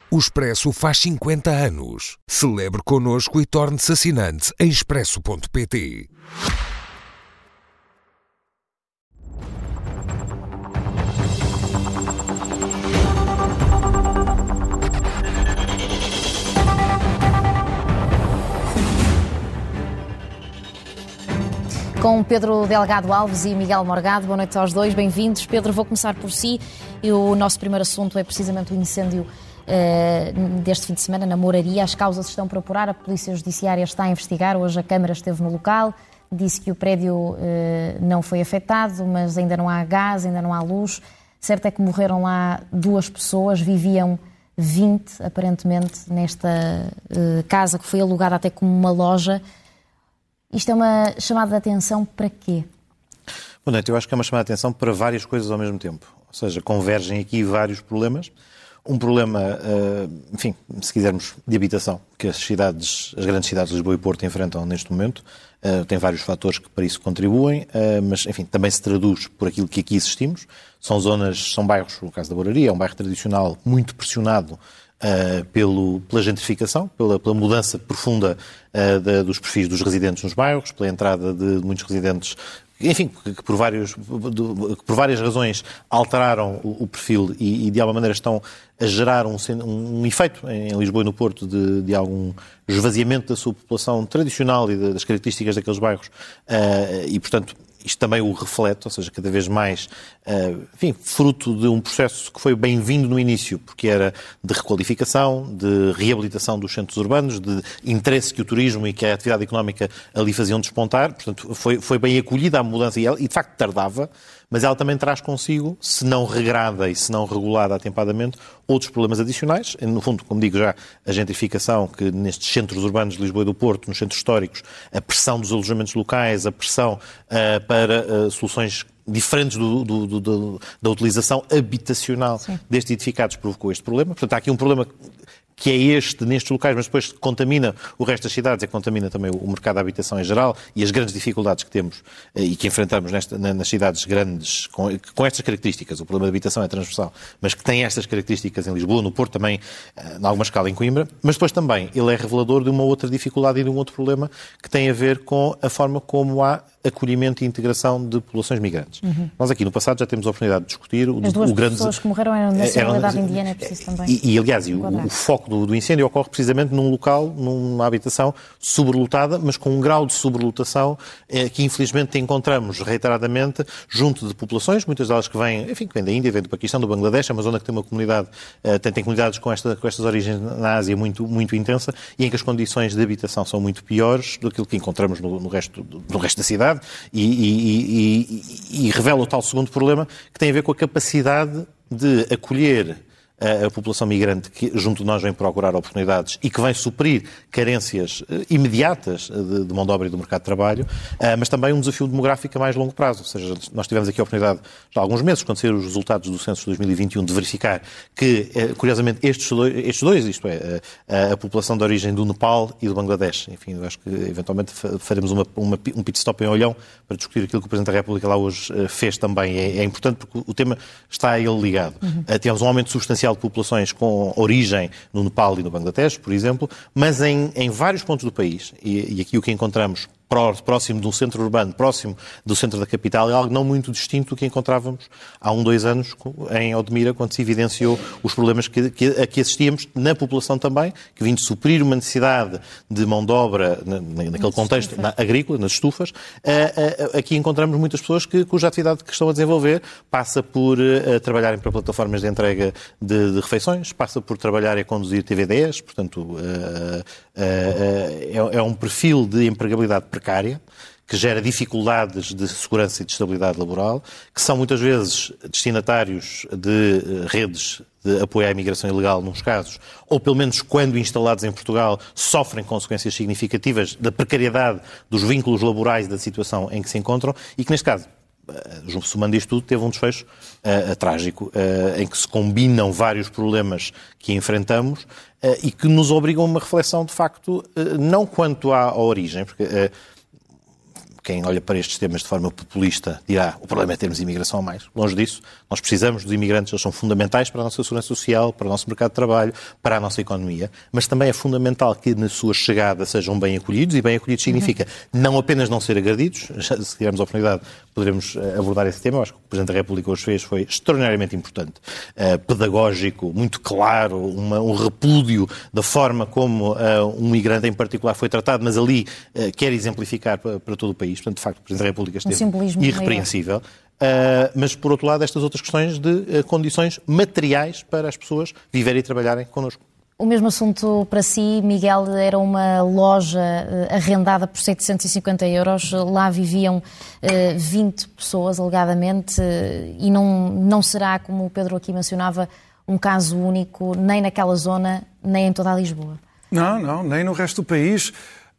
O Expresso faz 50 anos. Celebre connosco e torne-se assinante em expresso.pt. Com Pedro Delgado Alves e Miguel Morgado. Boa noite aos dois, bem-vindos. Pedro, vou começar por si. E o nosso primeiro assunto é precisamente o incêndio deste fim de semana na Mouraria. As causas estão por apurar, a Polícia Judiciária está a investigar. Hoje a Câmara esteve no local, disse que o prédio não foi afetado, mas ainda não há gás, ainda não há luz. Certo é que morreram lá 2 pessoas, viviam 20, aparentemente, nesta casa que foi alugada até como uma loja. Isto é uma chamada de atenção para quê? Bom, Neto, eu acho que é uma chamada de atenção para várias coisas ao mesmo tempo. Ou seja, convergem aqui vários problemas. Um problema, enfim, se quisermos, de habitação, que as grandes cidades de Lisboa e Porto enfrentam neste momento. Tem vários fatores que para isso contribuem, mas, enfim, também se traduz por aquilo que aqui assistimos. São bairros, no caso da Mouraria, é um bairro tradicional muito pressionado pela gentrificação, pela mudança profunda dos perfis dos residentes nos bairros, pela entrada de muitos residentes, enfim, que por várias razões alteraram o perfil e de alguma maneira estão a gerar um efeito em Lisboa e no Porto de algum esvaziamento da sua população tradicional e das características daqueles bairros e, portanto, isto também o reflete, ou seja, cada vez mais, enfim, fruto de um processo que foi bem-vindo no início, porque era de requalificação, de reabilitação dos centros urbanos, de interesse que o turismo e que a atividade económica ali faziam despontar. Portanto, foi bem acolhida a mudança e de facto tardava, mas ela também traz consigo, se não regrada e se não regulada atempadamente, outros problemas adicionais. No fundo, como digo já, a gentrificação que nestes centros urbanos de Lisboa e do Porto, nos centros históricos, a pressão dos alojamentos locais, a pressão para soluções diferentes da utilização habitacional destes edificados provocou este problema. Portanto, há aqui um problema que é nestes locais, mas depois contamina o resto das cidades e contamina também o mercado da habitação em geral e as grandes dificuldades que temos e que enfrentamos nas cidades grandes com estas características. O problema da habitação é transversal, mas que tem estas características em Lisboa, no Porto, também, em alguma escala em Coimbra, mas depois também ele é revelador de uma outra dificuldade e de um outro problema que tem a ver com a forma como há acolhimento e integração de populações migrantes. Nós aqui no passado já temos a oportunidade de discutir As duas pessoas que morreram eram da nacionalidade indiana, é preciso também. E aliás, o foco do incêndio ocorre precisamente num local, numa habitação sobrelotada, mas com um grau de sobrelotação que infelizmente encontramos reiteradamente junto de populações, muitas delas que vêm da Índia, vêm do Paquistão, do Bangladesh, é uma zona que tem uma comunidade, tem comunidades com estas origens na Ásia muito, muito intensa e em que as condições de habitação são muito piores do que encontramos no resto da cidade e revela o tal segundo problema que tem a ver com a capacidade de acolher a população migrante que junto de nós vem procurar oportunidades e que vem suprir carências imediatas de mão de obra e do mercado de trabalho, mas também um desafio demográfico a mais longo prazo. Ou seja, nós tivemos aqui a oportunidade, já há alguns meses, quando saíram os resultados do censo de 2021, de verificar que, curiosamente, estes dois, isto é, a população de origem do Nepal e do Bangladesh, enfim, eu acho que eventualmente faremos um pit stop em Olhão para discutir aquilo que o Presidente da República lá hoje fez também. É importante porque o tema está a ele ligado. Tivemos um aumento substancial de populações com origem no Nepal e no Bangladesh, por exemplo, mas em vários pontos do país, e aqui o que encontramos próximo de um centro urbano, próximo do centro da capital, é algo não muito distinto do que encontrávamos há 2 anos em Odmira, quando se evidenciou os problemas a que assistíamos na população também, que vinha de suprir uma necessidade de mão de obra naquele contexto agrícola, nas estufas. Aqui encontramos muitas pessoas cuja atividade que estão a desenvolver passa por trabalharem para plataformas de entrega de refeições, passa por trabalhar e conduzir TVDs, portanto, é um perfil de empregabilidade precária, que gera dificuldades de segurança e de estabilidade laboral, que são muitas vezes destinatários de redes de apoio à imigração ilegal, nos casos, ou pelo menos quando instalados em Portugal, sofrem consequências significativas da precariedade dos vínculos laborais da situação em que se encontram e que, neste caso, somando isto tudo, teve um desfecho trágico, em que se combinam vários problemas que enfrentamos e que nos obrigam a uma reflexão, de facto, não quanto à origem, porque quem olha para estes temas de forma populista dirá o problema é termos imigração a mais. Longe disso, nós precisamos dos imigrantes, eles são fundamentais para a nossa segurança social, para o nosso mercado de trabalho, para a nossa economia, mas também é fundamental que na sua chegada sejam bem acolhidos, e bem acolhidos significa não apenas não ser agredidos, se tivermos a oportunidade poderemos abordar esse tema, eu acho que o Presidente da República hoje fez, foi extraordinariamente importante, pedagógico, muito claro, um repúdio da forma como um migrante em particular foi tratado, mas ali quer exemplificar para todo o país. Portanto, de facto, o Presidente da República esteve irrepreensível. Mas, por outro lado, estas outras questões de condições materiais para as pessoas viverem e trabalharem connosco. O mesmo assunto para si, Miguel, era uma loja arrendada por 750 euros. Lá viviam 20 pessoas, alegadamente, e não será, como o Pedro aqui mencionava, um caso único, nem naquela zona, nem em toda a Lisboa. Não, nem no resto do país.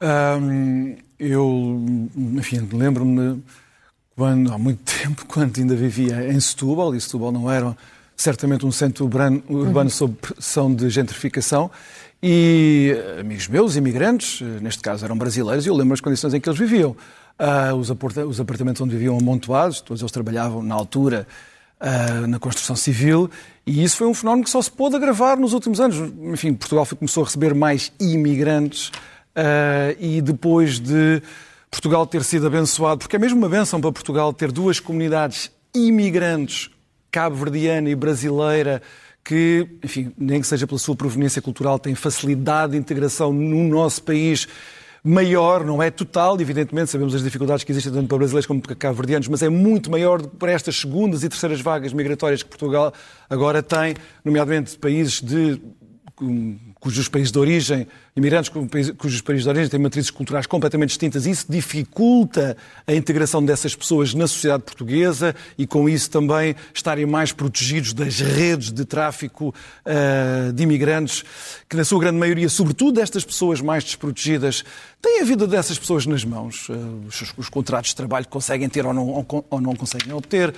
Eu, enfim, lembro-me há muito tempo, quando ainda vivia em Setúbal, e Setúbal não era certamente um centro urbano sob pressão de gentrificação, e amigos meus, imigrantes, neste caso eram brasileiros, e eu lembro as condições em que eles viviam. Os apartamentos onde viviam amontoados, todos eles trabalhavam na altura na construção civil, e isso foi um fenómeno que só se pôde agravar nos últimos anos. Enfim, Portugal começou a receber mais imigrantes, e depois de Portugal ter sido abençoado, porque é mesmo uma bênção para Portugal ter duas comunidades imigrantes, cabo-verdiana e brasileira, que, enfim, nem que seja pela sua proveniência cultural, têm facilidade de integração no nosso país maior, não é total, evidentemente, sabemos as dificuldades que existem tanto para brasileiros como para cabo-verdianos, mas é muito maior do que para estas segundas e terceiras vagas migratórias que Portugal agora tem, nomeadamente países cujos países de origem, imigrantes cujos países de origem têm matrizes culturais completamente distintas, e isso dificulta a integração dessas pessoas na sociedade portuguesa e, com isso, também estarem mais protegidos das redes de tráfico de imigrantes, que, na sua grande maioria, sobretudo destas pessoas mais desprotegidas, têm a vida dessas pessoas nas mãos. Os contratos de trabalho que conseguem ter ou não conseguem obter,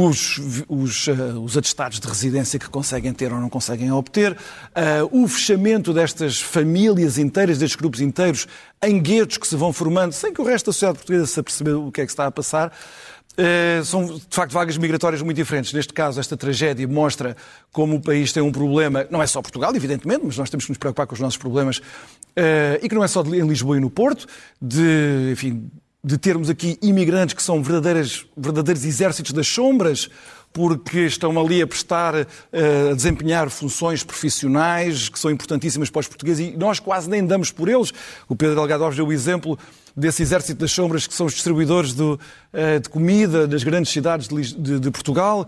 os atestados de residência que conseguem ter ou não conseguem obter, o fechamento destas famílias inteiras, destes grupos inteiros, em guetos que se vão formando, sem que o resto da sociedade portuguesa se aperceba o que é que se está a passar. São, de facto, vagas migratórias muito diferentes. Neste caso, esta tragédia mostra como o país tem um problema, não é só Portugal, evidentemente, mas nós temos que nos preocupar com os nossos problemas, e que não é só em Lisboa e no Porto, de termos aqui imigrantes que são verdadeiros exércitos das sombras, porque estão ali a desempenhar funções profissionais que são importantíssimas para os portugueses, e nós quase nem damos por eles. O Pedro Delgado Alves deu o exemplo desse exército das sombras que são os distribuidores de comida das grandes cidades de Portugal.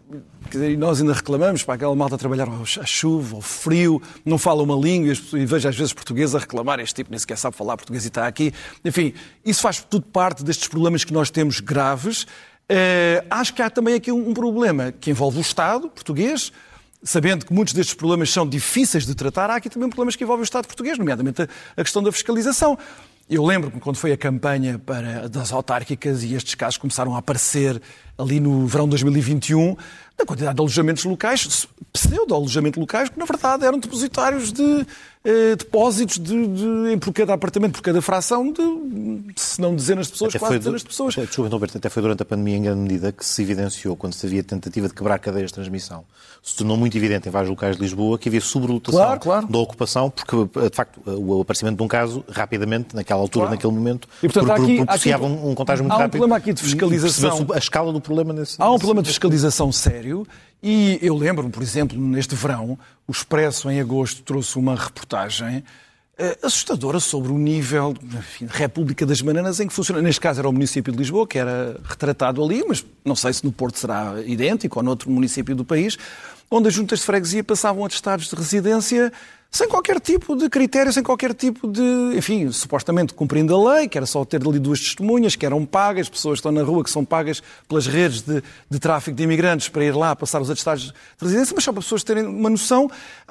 E nós ainda reclamamos para aquela malta a trabalhar à chuva, ao frio, não fala uma língua, e vejo às vezes portugueses a reclamar, este tipo nem sequer sabe falar português e está aqui. Enfim, isso faz tudo parte destes problemas que nós temos graves. Acho que há também aqui um problema que envolve o Estado português, sabendo que muitos destes problemas são difíceis de tratar. Há aqui também problemas que envolvem o Estado português, nomeadamente a questão da fiscalização. Eu lembro-me quando foi a campanha das autárquicas e estes casos começaram a aparecer ali no verão de 2021, da quantidade de alojamentos locais, pseudo-alojamentos locais, que na verdade eram depositários de depósitos por cada apartamento, por cada fração, se não dezenas de pessoas, quase dezenas de pessoas. Desculpa, Roberto, até foi durante a pandemia, em grande medida, que se evidenciou, quando se havia tentativa de quebrar cadeias de transmissão, se tornou muito evidente em vários locais de Lisboa que havia sobrelotação da ocupação, porque, de facto, o aparecimento de um caso, rapidamente, naquela altura, naquele momento, e, portanto, propiciava um contágio muito rápido. Há um problema aqui de fiscalização. A escala do problema Há um problema de fiscalização sério, e eu lembro-me, por exemplo, neste verão, o Expresso, em agosto, trouxe uma reportagem assustadora sobre o nível de República das Bananas em que funciona. Neste caso era o município de Lisboa, que era retratado ali, mas não sei se no Porto será idêntico ou noutro município do país, onde as juntas de freguesia passavam atestados de residência sem qualquer tipo de critério, sem qualquer tipo de... Enfim, supostamente cumprindo a lei, que era só ter ali duas testemunhas, que eram pagas, pessoas que estão na rua, que são pagas pelas redes de tráfico de imigrantes para ir lá passar os atestados de residência, mas só para pessoas terem uma noção,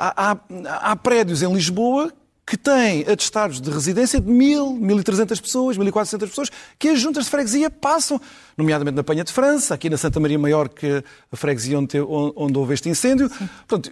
há prédios em Lisboa que têm atestados de residência de 1.000, 1.300 pessoas, 1.400 pessoas, que as juntas de freguesia passam, nomeadamente na Penha de França, aqui na Santa Maria Maior, que a freguesia onde houve este incêndio. Portanto,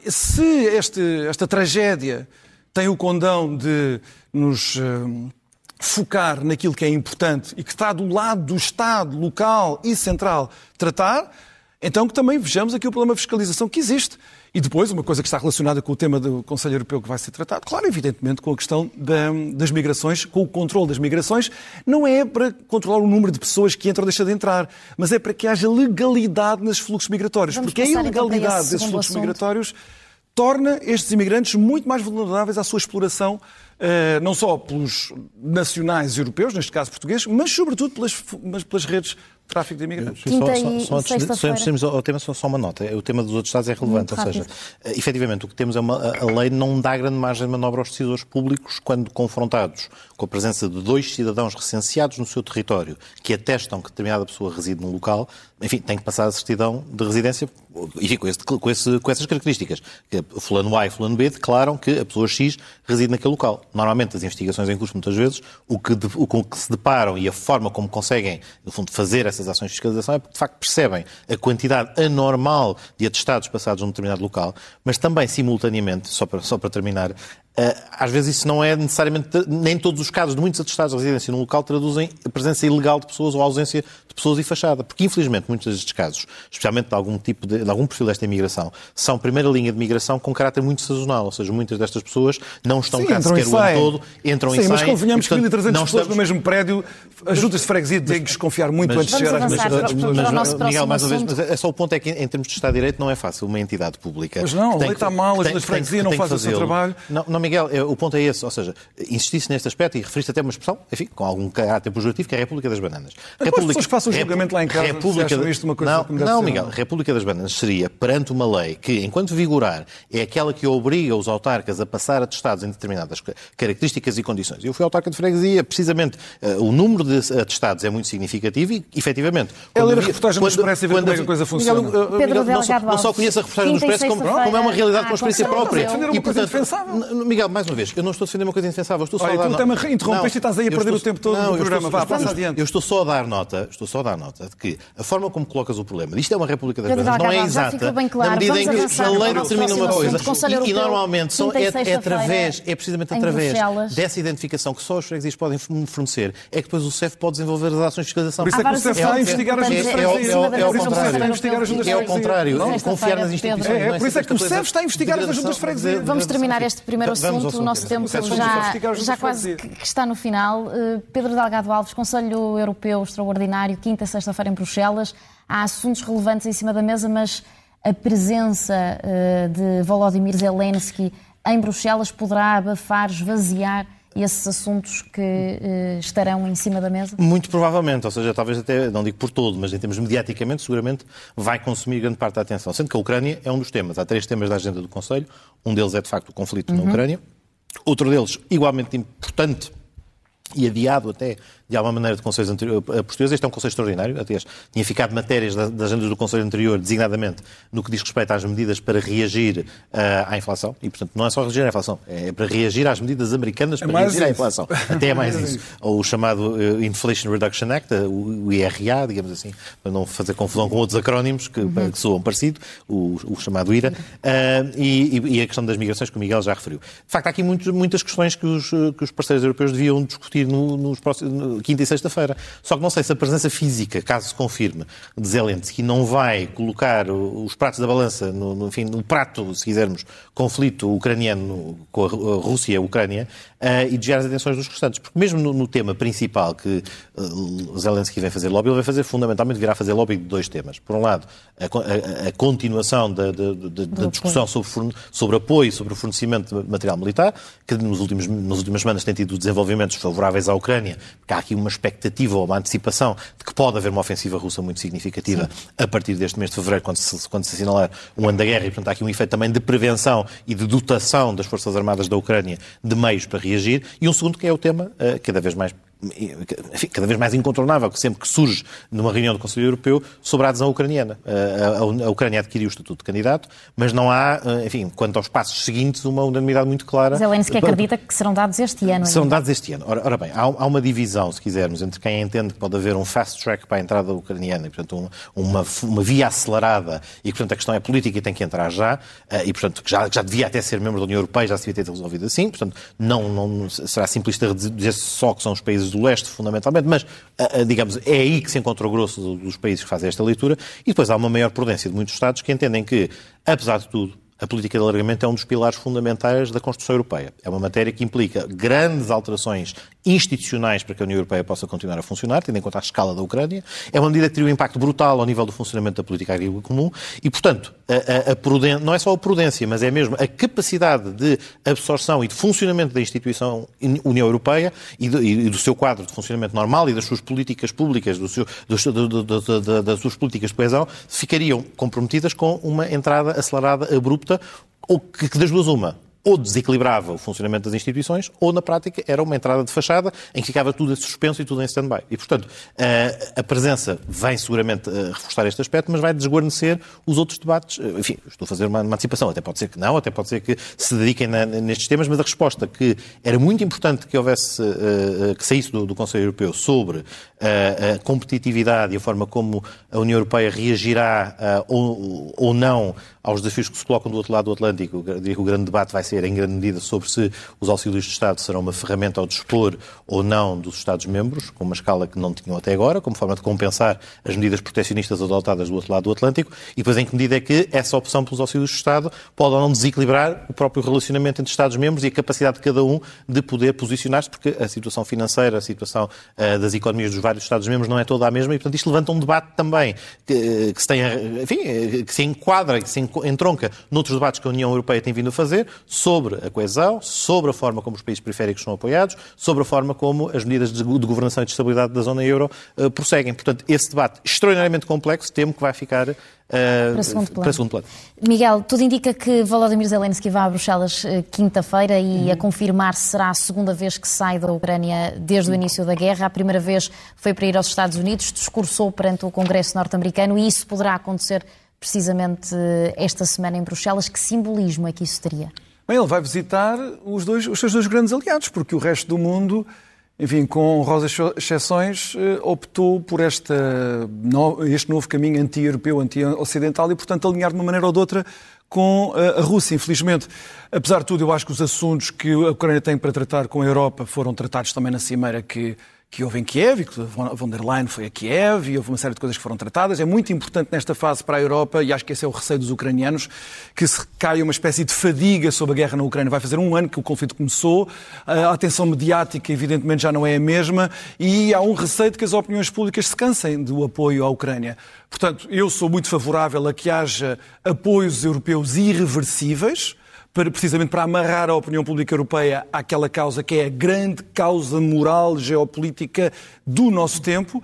se esta tragédia tem o condão de nos focar naquilo que é importante e que está do lado do Estado, local e central, tratar, então que também vejamos aqui o problema de fiscalização que existe. E depois, uma coisa que está relacionada com o tema do Conselho Europeu que vai ser tratado, claro, evidentemente, com a questão das migrações, com o controle das migrações, não é para controlar o número de pessoas que entram ou deixam de entrar, mas é para que haja legalidade nesses fluxos migratórios. Porque a ilegalidade desses fluxos migratórios torna estes imigrantes muito mais vulneráveis à sua exploração, não só pelos nacionais europeus, neste caso portugueses, mas sobretudo pelas redes de tráfico de imigrantes. Só antes de irmos ao tema, só uma nota. O tema dos outros Estados é relevante, ou seja, efetivamente o que temos é a lei não dá grande margem de manobra aos decisores públicos quando confrontados com a presença de 2 cidadãos recenseados no seu território que atestam que determinada pessoa reside num local, enfim, tem que passar a certidão de residência, enfim, com essas características. Que fulano A e fulano B declaram que a pessoa X reside naquele local. Normalmente, as investigações em curso, muitas vezes, com o que se deparam e a forma como conseguem, no fundo, fazer essas ações de fiscalização é porque, de facto, percebem a quantidade anormal de atestados passados num determinado local, mas também, simultaneamente, só para terminar, às vezes isso não é necessariamente, nem todos os casos de muitos atestados de residência num local traduzem a presença ilegal de pessoas ou a ausência de pessoas e fachada. Porque, infelizmente, muitos destes casos, especialmente de algum perfil desta imigração, são primeira linha de migração com caráter muito sazonal. Ou seja, muitas destas pessoas não estão cá sequer o ano todo, entram e saem. Mas convenhamos que 1.300 pessoas no mesmo prédio, as juntas de freguesia têm que desconfiar muito antes de chegar às mesmas. Miguel, mais uma vez, mas é só o ponto é que, em termos de Estado de Direito, não é fácil uma entidade pública. Mas não, a lei está mal, as juntas de freguesia não fazem o seu trabalho. Não, Miguel, o ponto é esse, ou seja, insistisse neste aspecto e referiste até uma expressão, enfim, com algum caráter pejorativo, que é a República das Bananas. As pessoas que façam o julgamento lá em casa, acham isto uma coisa que me deve Não, ser, Miguel, a República das Bananas seria, perante uma lei que, enquanto vigorar, é aquela que obriga os autarcas a passar atestados em determinadas características e condições. Eu fui autarca de freguesia, precisamente, o número de atestados é muito significativo e, efetivamente... É ler a reportagem do Expresso e ver como é que a coisa funciona. Pedro não só conheço a reportagem do Expresso, como é uma realidade com experiência própria. E, portanto, Miguel, mais uma vez, eu não estou a defender uma coisa indefensável. Estou só a dar nota. Tu interrompeste e estás aí a perder o tempo todo no programa. Vá, passa adiante. Eu estou só a dar nota de que a forma como colocas o problema, isto é uma República das Bananas, não é exata, na medida em que a lei determina uma coisa. E normalmente é precisamente através dessa identificação que só os freguesias podem fornecer, é que depois o CEF pode desenvolver as ações de fiscalização. Por isso é que o CEF está a investigar as juntas de freguesia. É ao contrário. Confiar nas instituições. É por isso é que o CEF está a investigar as juntas de freguesia. Vamos terminar este primeiro assunto. O nosso tempo já quase que está no final. Pedro Delgado Alves, Conselho Europeu Extraordinário, quinta e sexta-feira em Bruxelas. Há assuntos relevantes em cima da mesa, mas a presença de Volodymyr Zelensky em Bruxelas poderá abafar, esvaziar esses assuntos que estarão em cima da mesa? Muito provavelmente, ou seja, talvez até, não digo por todo, mas em termos mediaticamente, seguramente vai consumir grande parte da atenção. Sendo que a Ucrânia é um dos temas. Há 3 temas da agenda do Conselho. Um deles é, de facto, o conflito na Ucrânia. Outro deles, igualmente importante e adiado até, de alguma maneira, de conselhos portugueses. Este é um conselho extraordinário. Até tinha ficado matérias das agendas do conselho anterior, designadamente no que diz respeito às medidas para reagir à inflação. E, portanto, não é só reagir à inflação, é para reagir às medidas americanas para reagir à inflação. Até é mais isso. Ou o chamado Inflation Reduction Act, o IRA, digamos assim, para não fazer confusão com outros acrónimos que soam parecido, o chamado IRA, e a questão das migrações, que o Miguel já referiu. De facto, há aqui muitas questões que os parceiros europeus deviam discutir nos próximos quinta e sexta-feira. Só que não sei se a presença física, caso se confirme, de Zelensky não vai colocar os pratos da balança no prato, se quisermos, conflito ucraniano com a Rússia e a Ucrânia, e desviar as atenções dos restantes. Porque mesmo no tema principal que Zelensky vem fazer lobby, ele vai fazer, fundamentalmente, virá fazer lobby de 2 temas. Por um lado, a continuação da discussão sobre apoio, sobre o fornecimento de material militar, que nas últimas semanas tem tido desenvolvimentos favoráveis à Ucrânia, porque há aqui uma expectativa ou uma antecipação de que pode haver uma ofensiva russa muito significativa a partir deste mês de fevereiro, quando se assinalar um ano da guerra, e portanto há aqui um efeito também de prevenção e de dotação das Forças Armadas da Ucrânia de meios para reagir. E um segundo, que é o tema cada vez mais enfim, cada vez mais incontornável, que sempre que surge numa reunião do Conselho Europeu, sobre a adesão ucraniana. A Ucrânia adquiriu o estatuto de candidato, mas não há, enfim, quanto aos passos seguintes, uma unanimidade muito clara. Zelensky acredita que serão dados este ano. Serão dados este ano. Ora bem, há uma divisão, se quisermos, entre quem entende que pode haver um fast track para a entrada ucraniana, e, portanto, uma via acelerada, e, portanto, a questão é política e tem que entrar já, e, portanto, que já devia até ser membro da União Europeia, já se devia ter resolvido assim, portanto, não será simplista dizer só que são os países do leste, fundamentalmente, mas, digamos, é aí que se encontra o grosso dos países que fazem esta leitura, e depois há uma maior prudência de muitos Estados que entendem que, apesar de tudo, a política de alargamento é um dos pilares fundamentais da construção europeia. É uma matéria que implica grandes alterações institucionais para que a União Europeia possa continuar a funcionar, tendo em conta a escala da Ucrânia. É uma medida que teria um impacto brutal ao nível do funcionamento da política agrícola comum e, portanto, a prudência, não é só a prudência, mas é mesmo a capacidade de absorção e de funcionamento da instituição União Europeia e do seu quadro de funcionamento normal e das suas políticas públicas, das suas políticas de coesão, ficariam comprometidas com uma entrada acelerada, abrupta, ou que das duas uma, ou desequilibrava o funcionamento das instituições, ou, na prática, era uma entrada de fachada em que ficava tudo em suspenso e tudo em stand-by. E, portanto, a presença vem seguramente reforçar este aspecto, mas vai desguarnecer os outros debates. Enfim, estou a fazer uma antecipação. Até pode ser que não, até pode ser que se dediquem nestes temas, mas a resposta que era muito importante que houvesse, que saísse do Conselho Europeu sobre a competitividade e a forma como a União Europeia reagirá ou não aos desafios que se colocam do outro lado do Atlântico. O grande debate vai ser, em grande medida, sobre se os auxílios de Estado serão uma ferramenta ao dispor ou não dos Estados-membros, com uma escala que não tinham até agora, como forma de compensar as medidas proteccionistas adotadas do outro lado do Atlântico, e depois em que medida é que essa opção pelos auxílios de Estado pode ou não desequilibrar o próprio relacionamento entre Estados-membros e a capacidade de cada um de poder posicionar-se, porque a situação financeira, a situação das economias dos vários Estados-membros não é toda a mesma, e, portanto, isto levanta um debate também que se tem, enfim, que se enquadra, que se entronca noutros debates que a União Europeia tem vindo a fazer sobre a coesão, sobre a forma como os países periféricos são apoiados, sobre a forma como as medidas de governação e de estabilidade da zona euro prosseguem. Portanto, esse debate extraordinariamente complexo, temo que vai ficar para segundo plano. Miguel, tudo indica que Volodymyr Zelensky vai a Bruxelas quinta-feira e a confirmar será a segunda vez que sai da Ucrânia desde o início da guerra. A primeira vez foi para ir aos Estados Unidos, discursou perante o Congresso norte-americano e isso poderá acontecer precisamente esta semana em Bruxelas. Que simbolismo é que isso teria? Bem, ele vai visitar os seus dois grandes aliados, porque o resto do mundo, enfim, com honrosas exceções, optou por este novo caminho anti-europeu, anti-ocidental e, portanto, alinhar de uma maneira ou de outra com a Rússia, infelizmente. Apesar de tudo, eu acho que os assuntos que a Ucrânia tem para tratar com a Europa foram tratados também na cimeira que houve em Kiev, e que von der Leyen foi a Kiev, e houve uma série de coisas que foram tratadas. É muito importante nesta fase para a Europa, e acho que esse é o receio dos ucranianos, que se caia uma espécie de fadiga sobre a guerra na Ucrânia. Vai fazer um ano que o conflito começou, a atenção mediática evidentemente já não é a mesma, e há um receio de que as opiniões públicas se cansem do apoio à Ucrânia. Portanto, eu sou muito favorável a que haja apoios europeus irreversíveis, precisamente para amarrar a opinião pública europeia àquela causa que é a grande causa moral, geopolítica do nosso tempo.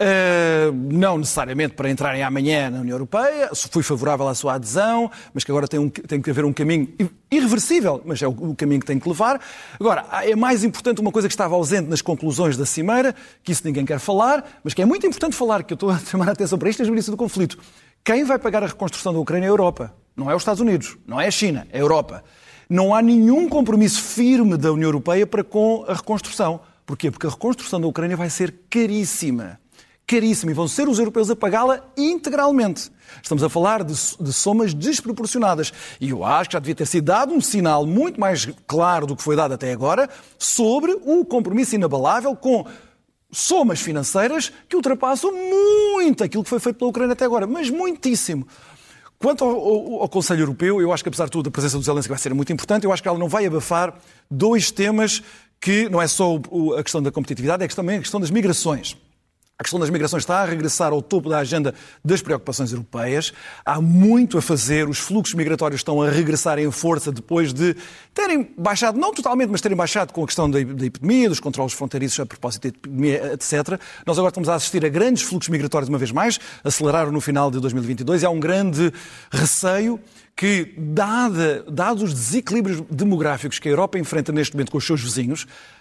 Não necessariamente para entrarem amanhã na União Europeia, fui favorável à sua adesão, mas que agora tem que haver um caminho irreversível, mas é o caminho que tem que levar. Agora, é mais importante uma coisa que estava ausente nas conclusões da Cimeira, que isso ninguém quer falar, mas que é muito importante falar, que eu estou a chamar a atenção para isto desde o início do conflito. Quem vai pagar a reconstrução da Ucrânia é a Europa. Não é os Estados Unidos, não é a China, é a Europa. Não há nenhum compromisso firme da União Europeia para com a reconstrução. Porquê? Porque a reconstrução da Ucrânia vai ser caríssima. Caríssima. E vão ser os europeus a pagá-la integralmente. Estamos a falar de somas desproporcionadas. E eu acho que já devia ter sido dado um sinal muito mais claro do que foi dado até agora sobre o compromisso inabalável com somas financeiras que ultrapassam muito aquilo que foi feito pela Ucrânia até agora. Mas muitíssimo. Quanto ao Conselho Europeu, eu acho que, apesar de tudo, a presença do Zelensky vai ser muito importante. Eu acho que ela não vai abafar dois temas que não é só a questão da competitividade, é também a questão das migrações. A questão das migrações está a regressar ao topo da agenda das preocupações europeias. Há muito a fazer. Os fluxos migratórios estão a regressar em força depois de terem baixado, não totalmente, mas terem baixado com a questão da epidemia, dos controles fronteiriços a propósito da epidemia, etc. Nós agora estamos a assistir a grandes fluxos migratórios uma vez mais. Aceleraram no final de 2022 e há um grande receio que, dados os desequilíbrios demográficos que a Europa enfrenta neste momento com os seus vizinhos,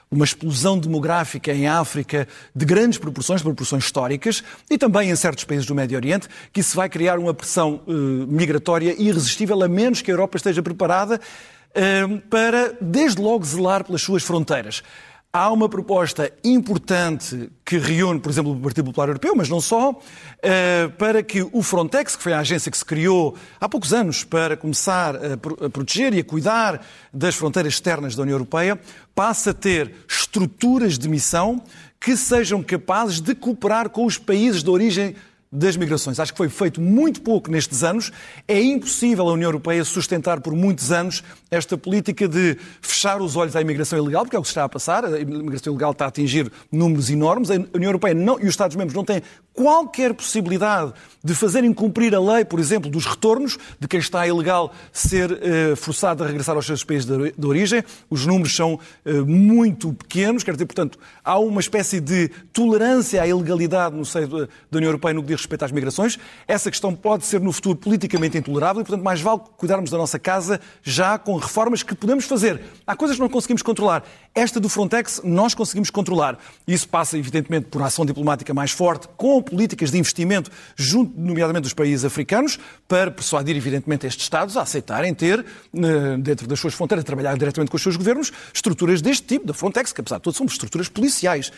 uma explosão demográfica em África de grandes proporções históricas, e também em certos países do Médio Oriente, que isso vai criar uma pressão migratória irresistível, a menos que a Europa esteja preparada para, desde logo, zelar pelas suas fronteiras. Há uma proposta importante que reúne, por exemplo, o Partido Popular Europeu, mas não só, para que o Frontex, que foi a agência que se criou há poucos anos para começar a proteger e a cuidar das fronteiras externas da União Europeia, passe a ter estruturas de missão que sejam capazes de cooperar com os países de origem das migrações. Acho que foi feito muito pouco nestes anos. É impossível a União Europeia sustentar por muitos anos esta política de fechar os olhos à imigração ilegal, porque é o que se está a passar. A imigração ilegal está a atingir números enormes. A União Europeia e os Estados-membros não têm qualquer possibilidade de fazerem cumprir a lei, por exemplo, dos retornos, de quem está ilegal ser forçado a regressar aos seus países de origem. Os números são muito pequenos, quer dizer, portanto, há uma espécie de tolerância à ilegalidade no seio da União Europeia no que diz respeito às migrações. Essa questão pode ser no futuro politicamente intolerável e, portanto, mais vale cuidarmos da nossa casa já com reformas que podemos fazer. Há coisas que não conseguimos controlar. Esta do Frontex nós conseguimos controlar. Isso passa, evidentemente, por ação diplomática mais forte, com políticas de investimento, junto, nomeadamente, dos países africanos, para persuadir, evidentemente, estes Estados a aceitarem ter, dentro das suas fronteiras, trabalhar diretamente com os seus governos, estruturas deste tipo, da Frontex, que, apesar de tudo, são estruturas policiais.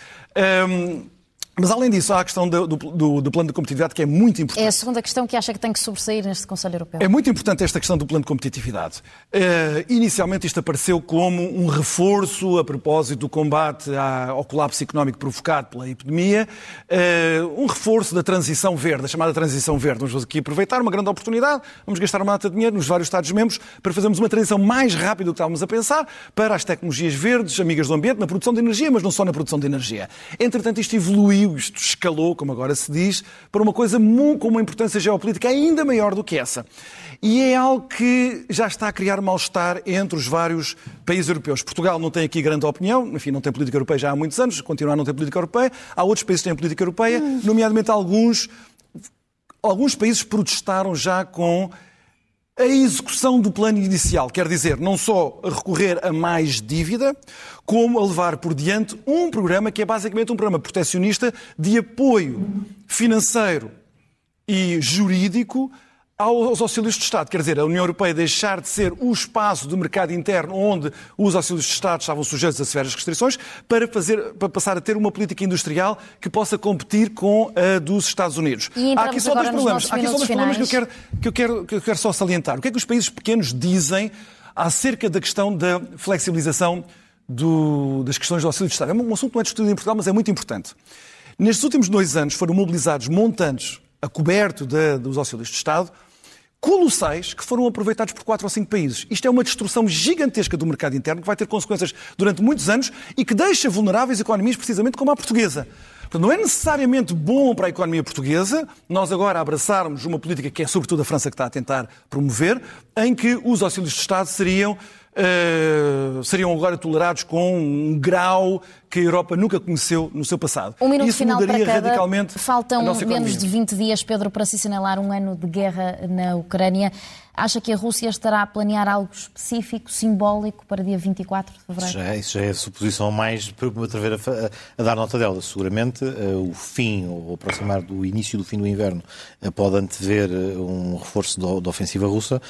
Mas, além disso, há a questão do plano de competitividade, que é muito importante. É a segunda questão que acha que tem que sobressair neste Conselho Europeu. É muito importante esta questão do plano de competitividade. Inicialmente isto apareceu como um reforço a propósito do combate ao colapso económico provocado pela epidemia, um reforço da transição verde, a chamada transição verde. Vamos aqui aproveitar uma grande oportunidade, vamos gastar uma data de dinheiro nos vários Estados-membros para fazermos uma transição mais rápida do que estávamos a pensar para as tecnologias verdes, amigas do ambiente, na produção de energia, mas não só na produção de energia. Entretanto, isto evoluiu, isto escalou, como agora se diz, para uma coisa com uma importância geopolítica ainda maior do que essa. E é algo que já está a criar mal-estar entre os vários países europeus. Portugal não tem aqui grande opinião, enfim, não tem política europeia já há muitos anos, continua a não ter política europeia. Há outros países que têm política europeia, nomeadamente alguns países protestaram já com a execução do plano inicial, quer dizer, não só a recorrer a mais dívida, como a levar por diante um programa que é basicamente um programa proteccionista de apoio financeiro e jurídico aos auxílios de Estado. Quer dizer, a União Europeia deixar de ser o espaço do mercado interno onde os auxílios de Estado estavam sujeitos a severas restrições para passar a ter uma política industrial que possa competir com a dos Estados Unidos. Há aqui só dois problemas. Que eu quero só salientar. O que é que os países pequenos dizem acerca da questão da flexibilização das questões do auxílio de Estado? É um assunto que não é discutido em Portugal, mas é muito importante. Nestes últimos 2 anos foram mobilizados montantes a coberto dos auxílios de Estado colossais que foram aproveitados por 4 ou 5 países. Isto é uma destruição gigantesca do mercado interno que vai ter consequências durante muitos anos e que deixa vulneráveis economias precisamente como a portuguesa. Portanto, não é necessariamente bom para a economia portuguesa nós agora abraçarmos uma política que é sobretudo a França que está a tentar promover, em que os auxílios de Estado seriam agora tolerados com um grau que a Europa nunca conheceu no seu passado. Um minuto Isso final mudaria para cada. radicalmente Faltam a nossa economia. menos de 20 dias, Pedro, para se assinalar um ano de guerra na Ucrânia. Acha que a Rússia estará a planear algo específico, simbólico, para dia 24 de fevereiro? Isso já é a suposição mais para me atrever a dar nota dela. Seguramente o fim, ou aproximar do início do fim do inverno, pode antever um reforço da ofensiva russa.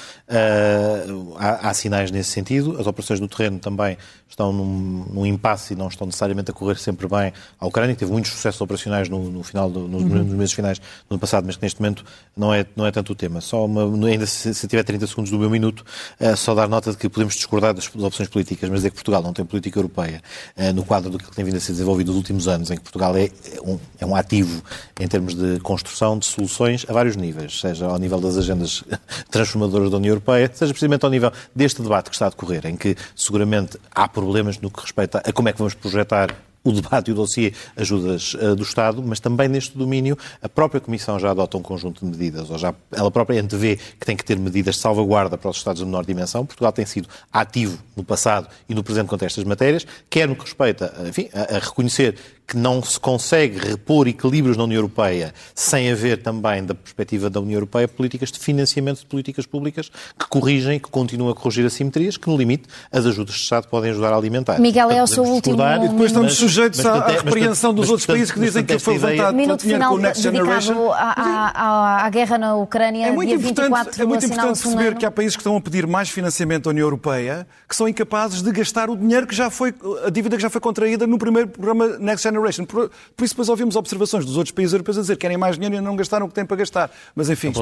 Há sinais nesse sentido. As operações no terreno também estão num impasse e não estão necessariamente a correr sempre bem à Ucrânia, que teve muitos sucessos operacionais nos meses finais do ano passado, mas que neste momento não é tanto o tema. Ainda se tiver 30 segundos do meu minuto, só dar nota de que podemos discordar das opções políticas, mas é que Portugal não tem política europeia no quadro do que tem vindo a ser desenvolvido nos últimos anos, em que Portugal é um ativo em termos de construção de soluções a vários níveis, seja ao nível das agendas transformadoras da União Europeia, seja precisamente ao nível deste debate que está a decorrer, em que seguramente há problemas no que respeita a como é que vamos projetar o debate e o dossiê ajudas do Estado, mas também neste domínio a própria Comissão já adota um conjunto de medidas, ou já ela própria antevê que tem que ter medidas de salvaguarda para os Estados de menor dimensão. Portugal tem sido ativo no passado e no presente quanto a estas matérias, quer no que respeita, enfim, a reconhecer que não se consegue repor equilíbrios na União Europeia sem haver também, da perspectiva da União Europeia, políticas de financiamento de políticas públicas que corrigem, que continuam a corrigir assimetrias, que no limite as ajudas de Estado podem ajudar a alimentar. Miguel, é o seu último... E depois estamos sujeitos à repreensão dos outros países que dizem que foi levantado minuto final dedicado à guerra na Ucrânia. É muito importante perceber que há países que estão a pedir mais financiamento à União Europeia que são incapazes de gastar o dinheiro a dívida que já foi contraída no primeiro programa Next Generation. Por isso depois ouvimos observações dos outros países europeus a dizer que querem mais dinheiro e não gastaram o que têm para gastar. Mas enfim,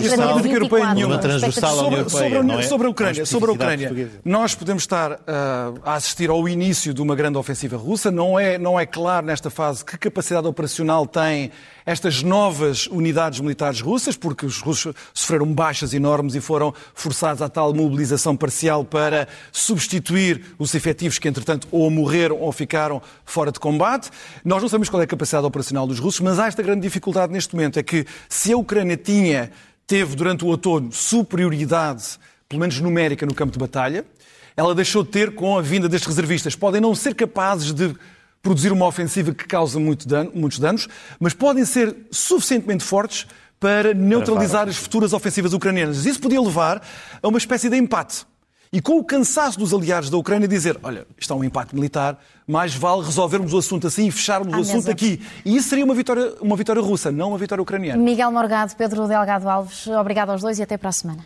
sobre a Ucrânia, nós podemos estar a assistir ao início de uma grande ofensiva russa. Não é claro nesta fase que capacidade operacional têm estas novas unidades militares russas, porque os russos sofreram baixas enormes e foram forçados à tal mobilização parcial para substituir os efetivos que, entretanto, ou morreram ou ficaram fora de combate. Nós não sabemos qual é a capacidade operacional dos russos, mas há esta grande dificuldade neste momento, é que se a Ucrânia teve durante o outono superioridade, pelo menos numérica, no campo de batalha, ela deixou de ter com a vinda destes reservistas. Podem não ser capazes de produzir uma ofensiva que causa muitos danos, mas podem ser suficientemente fortes para neutralizar as futuras ofensivas ucranianas. Isso podia levar a uma espécie de empate. E com o cansaço dos aliados da Ucrânia dizer, olha, isto é um empate militar, mais vale resolvermos o assunto assim e fecharmos o assunto aqui. E isso seria uma vitória russa, não uma vitória ucraniana. Miguel Morgado, Pedro Delgado Alves, obrigado aos dois e até para a semana.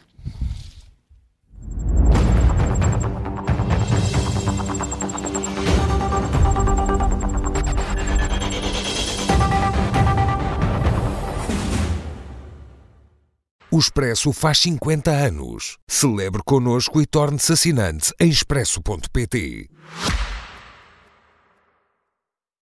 O Expresso faz 50 anos. Celebre connosco e torne-se assinante em expresso.pt.